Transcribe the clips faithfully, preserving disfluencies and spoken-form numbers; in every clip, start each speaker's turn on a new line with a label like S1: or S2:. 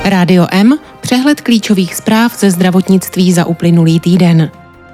S1: Rádio M, přehled klíčových zpráv ze zdravotnictví za uplynulý týden.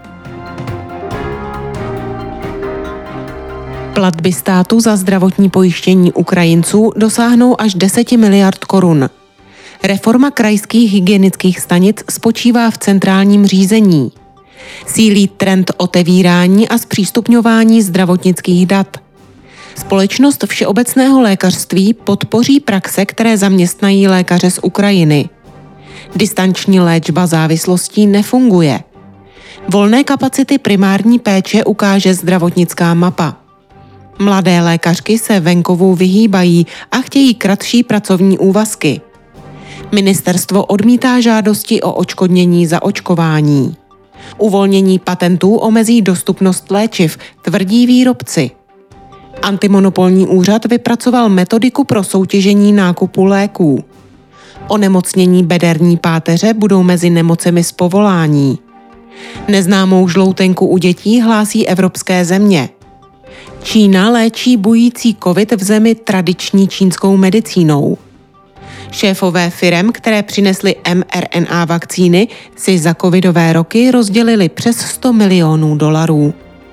S1: Platby státu za zdravotní pojištění Ukrajinců dosáhnou až deset miliard korun. Reforma krajských hygienických stanic spočívá v centrálním řízení. Sílí trend otevírání a zpřístupňování zdravotnických dat. Společnost Všeobecného lékařství podpoří praxe, které zaměstnají lékaře z Ukrajiny. Distanční léčba závislostí nefunguje. Volné kapacity primární péče ukáže zdravotnická mapa. Mladé lékařky se venkovu vyhýbají a chtějí kratší pracovní úvazky. Ministerstvo odmítá žádosti o odškodnění za očkování. Uvolnění patentů omezí dostupnost léčiv, tvrdí výrobci. Antimonopolní úřad vypracoval metodiku pro soutěžení nákupu léků. Onemocnění bederní páteře budou mezi nemocemi z povolání. Neznámou žloutenku u dětí hlásí evropské země. Čína léčí bující covid v zemi tradiční čínskou medicínou. Šéfové firem, které přinesly em er en á vakcíny, si za covidové roky rozdělili přes sto milionů dolarů.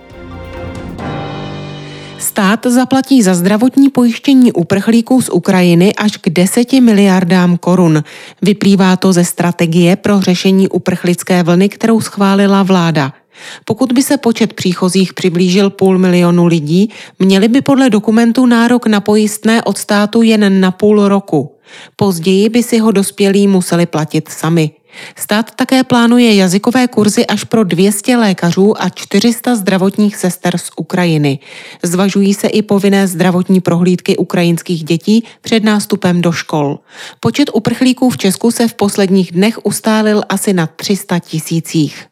S1: Stát zaplatí za zdravotní pojištění uprchlíků z Ukrajiny až k deseti miliardám korun. Vyplývá to ze strategie pro řešení uprchlické vlny, kterou schválila vláda. Pokud by se počet příchozích přiblížil půl milionu lidí, měli by podle dokumentu nárok na pojistné od státu jen na půl roku. Později by si ho dospělí museli platit sami. Stát také plánuje jazykové kurzy až pro dvě stě lékařů a čtyři sta zdravotních sester z Ukrajiny. Zvažují se i povinné zdravotní prohlídky ukrajinských dětí před nástupem do škol. Počet uprchlíků v Česku se v posledních dnech ustálil asi na tři sta tisících.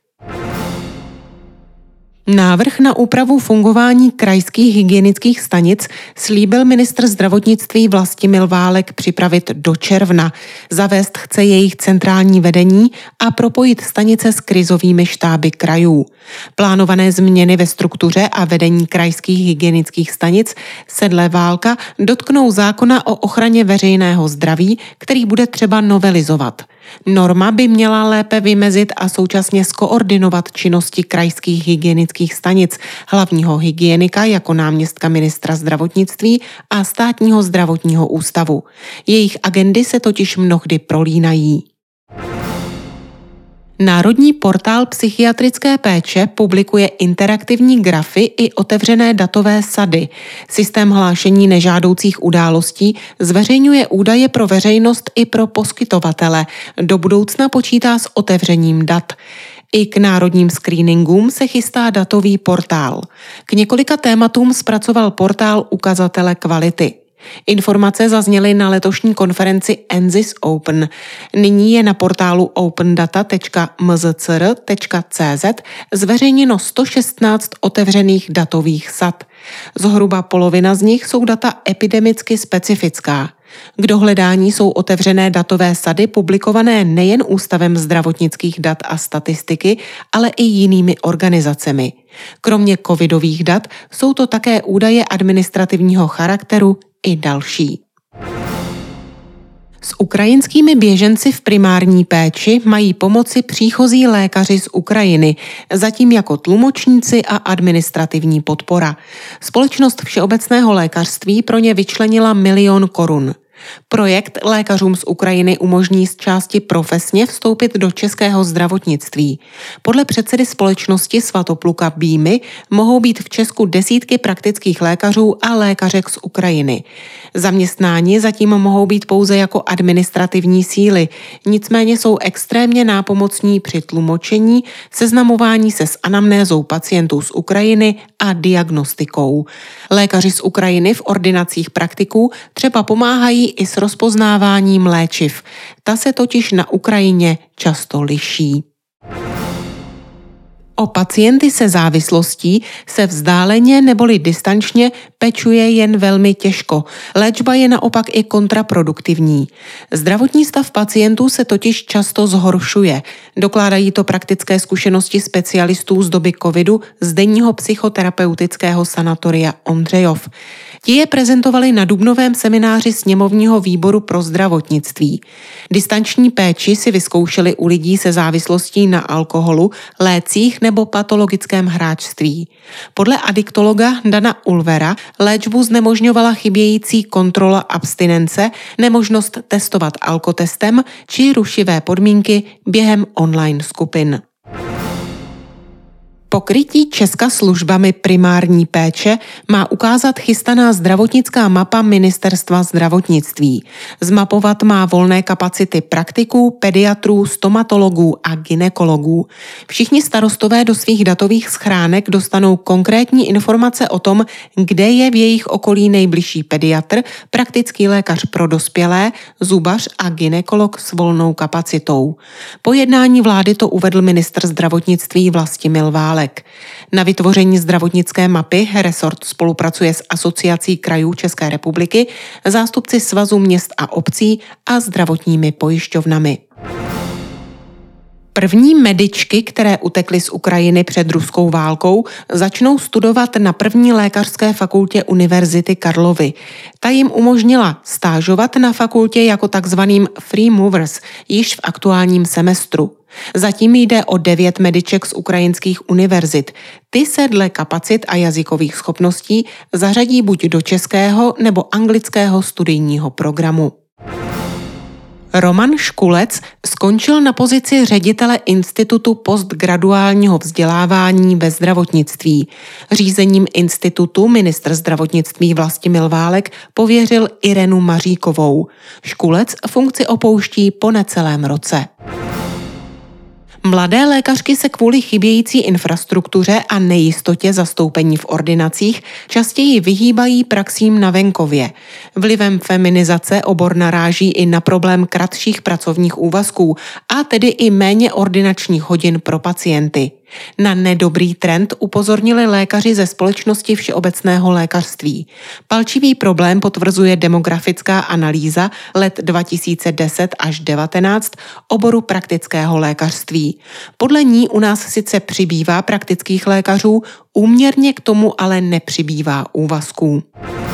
S1: Návrh na úpravu fungování krajských hygienických stanic slíbil ministr zdravotnictví Vlastimil Válek připravit do června. Zavést chce jejich centrální vedení a propojit stanice s krizovými štáby krajů. Plánované změny ve struktuře a vedení krajských hygienických stanic se dle Válka dotknou zákona o ochraně veřejného zdraví, který bude třeba novelizovat. Norma by měla lépe vymezit a současně skoordinovat činnosti krajských hygienických stanic, hlavního hygienika jako náměstka ministra zdravotnictví a státního zdravotního ústavu. Jejich agendy se totiž mnohdy prolínají. Národní portál psychiatrické péče publikuje interaktivní grafy i otevřené datové sady. Systém hlášení nežádoucích událostí zveřejňuje údaje pro veřejnost i pro poskytovatele. Do budoucna počítá s otevřením dat. I k národním screeningům se chystá datový portál. K několika tématům zpracoval portál ukazatele kvality. Informace zazněly na letošní konferenci Enzis Open. Nyní je na portálu opendata tečka m z c r tečka c z zveřejněno sto šestnáct otevřených datových sad. Zhruba polovina z nich jsou data epidemicky specifická. K dohledání jsou otevřené datové sady publikované nejen Ústavem zdravotnických dat a statistiky, ale i jinými organizacemi. Kromě covidových dat jsou to také údaje administrativního charakteru i další. S ukrajinskými běženci v primární péči mají pomoci příchozí lékaři z Ukrajiny, zatím jako tlumočníci a administrativní podpora. Společnost Všeobecného lékařství pro ně vyčlenila milion korun. Projekt lékařům z Ukrajiny umožní z části profesně vstoupit do českého zdravotnictví. Podle předsedy společnosti Svatopluka Býmy mohou být v Česku desítky praktických lékařů a lékařek z Ukrajiny. Zaměstnáni zatím mohou být pouze jako administrativní síly, nicméně jsou extrémně nápomocní při tlumočení, seznamování se s anamnézou pacientů z Ukrajiny a diagnostikou. Lékaři z Ukrajiny v ordinacích praktiků třeba pomáhají i s rozpoznáváním léčiv. Ta se totiž na Ukrajině často liší. O pacienty se závislostí se vzdáleně neboli distančně pečuje jen velmi těžko. Léčba je naopak i kontraproduktivní. Zdravotní stav pacientů se totiž často zhoršuje. Dokládají to praktické zkušenosti specialistů z doby covidu z denního psychoterapeutického sanatoria Ondřejov. Ti je prezentovali na dubnovém semináři sněmovního výboru pro zdravotnictví. Distanční péči si vyzkoušeli u lidí se závislostí na alkoholu, lécích nebo patologickém hráčství. Podle adiktologa Dana Ulvera léčbu znemožňovala chybějící kontrola abstinence, nemožnost testovat alkotestem či rušivé podmínky během online skupin. Pokrytí Česka službami primární péče má ukázat chystaná zdravotnická mapa Ministerstva zdravotnictví. Zmapovat má volné kapacity praktiků, pediatrů, stomatologů a gynekologů. Všichni starostové do svých datových schránek dostanou konkrétní informace o tom, kde je v jejich okolí nejbližší pediatr, praktický lékař pro dospělé, zubař a gynekolog s volnou kapacitou. Po jednání vlády to uvedl ministr zdravotnictví Vlastimil Válek. Na vytvoření zdravotnické mapy resort spolupracuje s Asociací krajů České republiky, zástupci Svazu měst a obcí a zdravotními pojišťovnami. První medičky, které utekly z Ukrajiny před ruskou válkou, začnou studovat na první lékařské fakultě Univerzity Karlovy. Ta jim umožnila stážovat na fakultě jako takzvaným free movers již v aktuálním semestru. Zatím jde o devět mediček z ukrajinských univerzit. Ty se dle kapacit a jazykových schopností zařadí buď do českého nebo anglického studijního programu. Roman Škulec skončil na pozici ředitele Institutu postgraduálního vzdělávání ve zdravotnictví. Řízením institutu ministr zdravotnictví Vlastimil Válek pověřil Irenu Maříkovou. Škulec funkci opouští po necelém roce. Mladé lékařky se kvůli chybějící infrastruktuře a nejistotě zastoupení v ordinacích častěji vyhýbají praxím na venkově. Vlivem feminizace obor naráží i na problém kratších pracovních úvazků, a tedy i méně ordinačních hodin pro pacienty. Na nedobrý trend upozornili lékaři ze Společnosti všeobecného lékařství. Palčivý problém potvrzuje demografická analýza let dva tisíce deset až devatenáct oboru praktického lékařství. Podle ní u nás sice přibývá praktických lékařů, úměrně k tomu ale nepřibývá úvazků.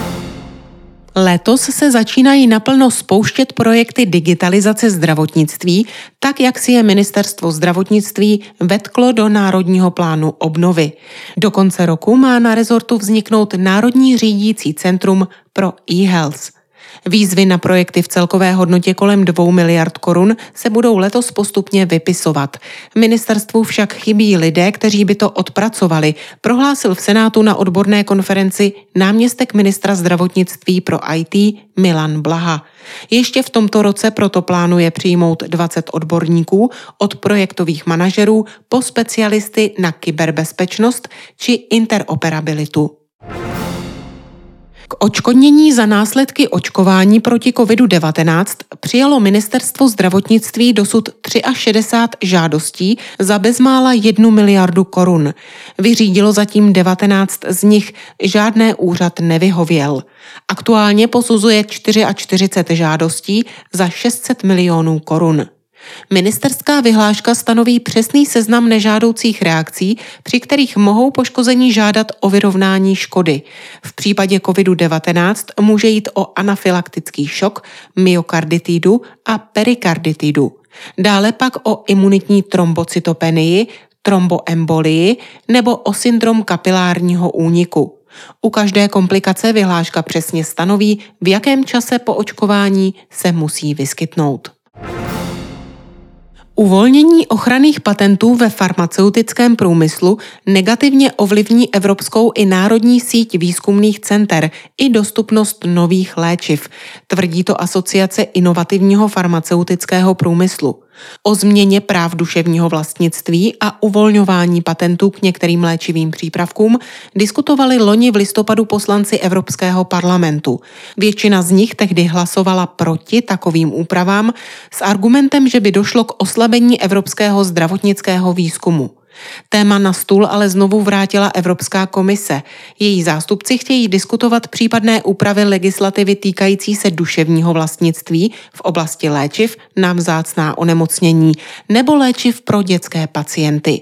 S1: Letos se začínají naplno spouštět projekty digitalizace zdravotnictví, tak jak si je Ministerstvo zdravotnictví vetklo do Národního plánu obnovy. Do konce roku má na rezortu vzniknout Národní řídící centrum pro e-health. Výzvy na projekty v celkové hodnotě kolem dvou miliard korun se budou letos postupně vypisovat. Ministerstvu však chybí lidé, kteří by to odpracovali, prohlásil v Senátu na odborné konferenci náměstek ministra zdravotnictví pro í té Milan Blaha. Ještě v tomto roce proto plánuje přijmout dvacet odborníků od projektových manažerů po specialisty na kyberbezpečnost či interoperabilitu. K odškodnění za následky očkování proti kovidu devatenáct přijalo Ministerstvo zdravotnictví dosud šedesát tři žádostí za bezmála jednu miliardu korun. Vyřídilo zatím devatenáct z nich, žádné úřad nevyhověl. Aktuálně posuzuje čtyřicet čtyři žádostí za šest set milionů korun. Ministerská vyhláška stanoví přesný seznam nežádoucích reakcí, při kterých mohou poškození žádat o vyrovnání škody. V případě kovidu devatenáct může jít o anafylaktický šok, myokarditidu a perikarditidu. Dále pak o imunitní trombocytopenii, tromboembolii nebo o syndrom kapilárního úniku. U každé komplikace vyhláška přesně stanoví, v jakém čase po očkování se musí vyskytnout. Uvolnění ochranných patentů ve farmaceutickém průmyslu negativně ovlivní evropskou i národní síť výzkumných center i dostupnost nových léčiv, tvrdí to Asociace inovativního farmaceutického průmyslu. O změně práv duševního vlastnictví a uvolňování patentů k některým léčivým přípravkům diskutovali loni v listopadu poslanci Evropského parlamentu. Většina z nich tehdy hlasovala proti takovým úpravám s argumentem, že by došlo k oslabení evropského zdravotnického výzkumu. Téma na stůl ale znovu vrátila Evropská komise. Její zástupci chtějí diskutovat případné úpravy legislativy týkající se duševního vlastnictví v oblasti léčiv na vzácná onemocnění nebo léčiv pro dětské pacienty.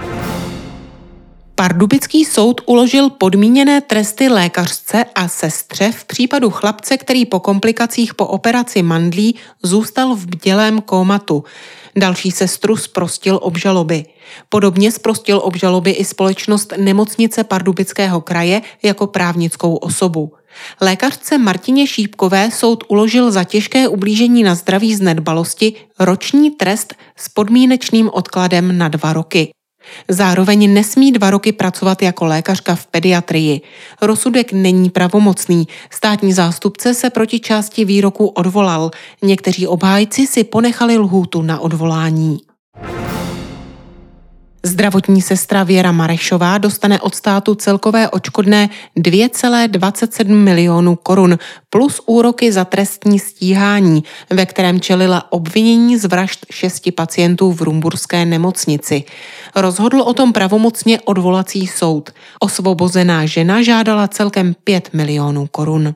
S1: Pardubický soud uložil podmíněné tresty lékařce a sestře v případu chlapce, který po komplikacích po operaci mandlí zůstal v bdělém kómatu. Další sestru zprostil obžaloby. Podobně zprostil obžaloby i společnost Nemocnice Pardubického kraje jako právnickou osobu. Lékařce Martině Šípkové soud uložil za těžké ublížení na zdraví z nedbalosti roční trest s podmínečným odkladem na dva roky. Zároveň nesmí dva roky pracovat jako lékařka v pediatrii. Rozsudek není pravomocný. Státní zástupce se proti části výroku odvolal. Někteří obhájci si ponechali lhůtu na odvolání. Zdravotní sestra Věra Marešová dostane od státu celkové odškodné dvě celé dvacet sedm milionů korun plus úroky za trestní stíhání, ve kterém čelila obvinění z vražd šesti pacientů v rumburské nemocnici. Rozhodl o tom pravomocně odvolací soud. Osvobozená žena žádala celkem pět milionů korun.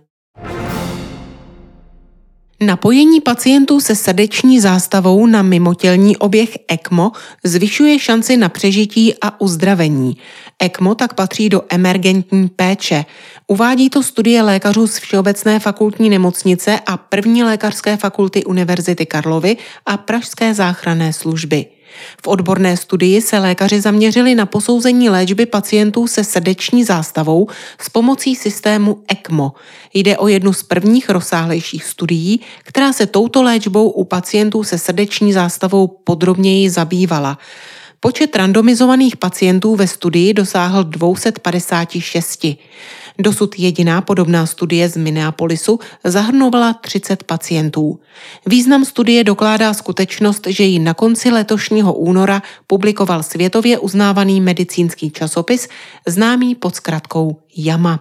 S1: Napojení pacientů se srdeční zástavou na mimotělní oběh ECMO zvyšuje šanci na přežití a uzdravení. ECMO tak patří do emergentní péče. Uvádí to studie lékařů z Všeobecné fakultní nemocnice a první lékařské fakulty Univerzity Karlovy a Pražské záchranné služby. V odborné studii se lékaři zaměřili na posouzení léčby pacientů se srdeční zástavou s pomocí systému ECMO. Jde o jednu z prvních rozsáhlejších studií, která se touto léčbou u pacientů se srdeční zástavou podrobněji zabývala. Počet randomizovaných pacientů ve studii dosáhl dvě stě padesát šest. Dosud jediná podobná studie z Minneapolisu zahrnovala třicet pacientů. Význam studie dokládá skutečnost, že ji na konci letošního února publikoval světově uznávaný medicínský časopis známý pod zkratkou JAMA.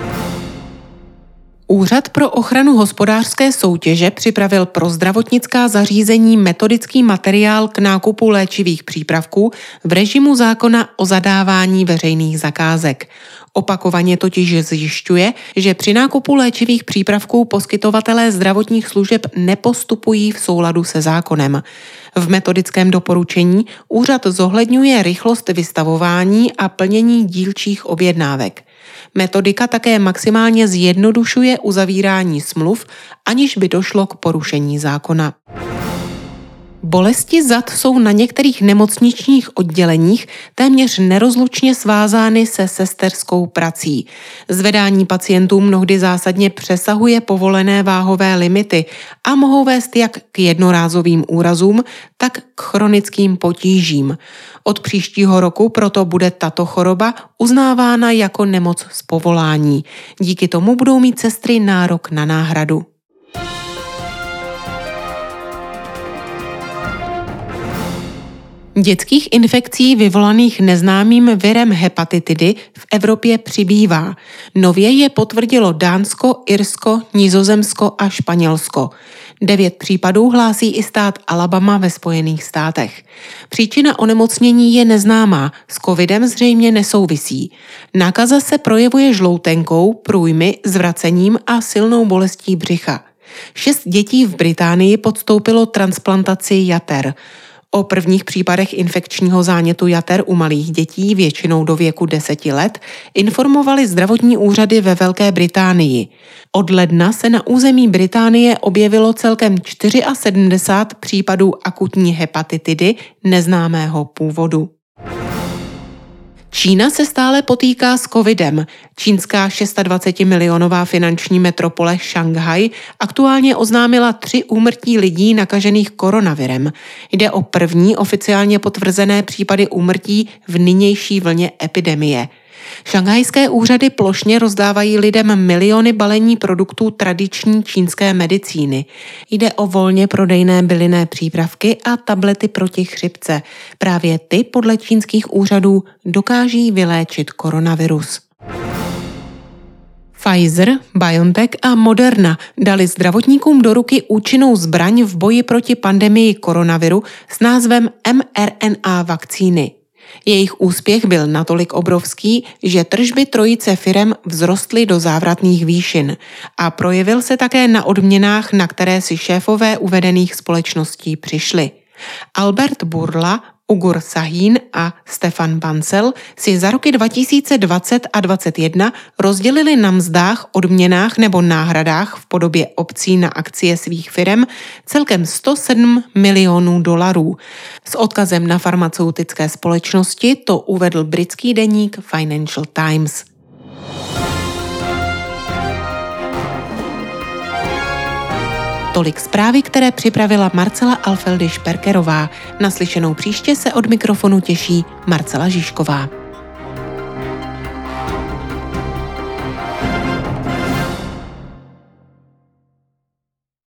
S1: Úřad pro ochranu hospodářské soutěže připravil pro zdravotnická zařízení metodický materiál k nákupu léčivých přípravků v režimu zákona o zadávání veřejných zakázek. Opakovaně totiž zjišťuje, že při nákupu léčivých přípravků poskytovatelé zdravotních služeb nepostupují v souladu se zákonem. V metodickém doporučení úřad zohledňuje rychlost vystavování a plnění dílčích objednávek. Metodika také maximálně zjednodušuje uzavírání smluv, aniž by došlo k porušení zákona. Bolesti zad jsou na některých nemocničních odděleních téměř nerozlučně svázány se sesterskou prací. Zvedání pacientů mnohdy zásadně přesahuje povolené váhové limity a mohou vést jak k jednorázovým úrazům, tak k chronickým potížím. Od příštího roku proto bude tato choroba uznávána jako nemoc z povolání. Díky tomu budou mít sestry nárok na náhradu. Dětských infekcí vyvolaných neznámým virem hepatitidy v Evropě přibývá. Nově je potvrdilo Dánsko, Irsko, Nizozemsko a Španělsko. Devět případů hlásí i stát Alabama ve Spojených státech. Příčina onemocnění je neznámá, s covidem zřejmě nesouvisí. Nákaza se projevuje žloutenkou, průjmy, zvracením a silnou bolestí břicha. Šest dětí v Británii podstoupilo transplantaci jater. O prvních případech infekčního zánětu jater u malých dětí, většinou do věku deseti let, informovaly zdravotní úřady ve Velké Británii. Od ledna se na území Británie objevilo celkem sedmdesát čtyři případů akutní hepatitidy neznámého původu. Čína se stále potýká s covidem. Čínská dvacetšestimilionová finanční metropole Šanghaj aktuálně oznámila tři úmrtí lidí nakažených koronavirem. Jde o první oficiálně potvrzené případy úmrtí v nynější vlně epidemie. Šanghajské úřady plošně rozdávají lidem miliony balení produktů tradiční čínské medicíny. Jde o volně prodejné bylinné přípravky a tablety proti chřipce. Právě ty podle čínských úřadů dokáží vyléčit koronavirus. Pfizer, BioNTech a Moderna dali zdravotníkům do ruky účinnou zbraň v boji proti pandemii koronaviru s názvem em er en á vakcíny. Jejich úspěch byl natolik obrovský, že tržby trojice firem vzrostly do závratných výšin a projevil se také na odměnách, na které si šéfové uvedených společností přišli. Albert Bourla, Ugur Sahin a Stefan Bancel si za roky dva tisíce dvacet a dvacet dvacet jedna rozdělili na mzdách, odměnách nebo náhradách v podobě opcí na akcie svých firem celkem sto sedm milionů dolarů. S odkazem na farmaceutické společnosti to uvedl britský deník Financial Times. Tolik zprávy, které připravila Marcela Alfeldy Šperkerová. Naslyšenou příště se od mikrofonu těší Marcela Žižková.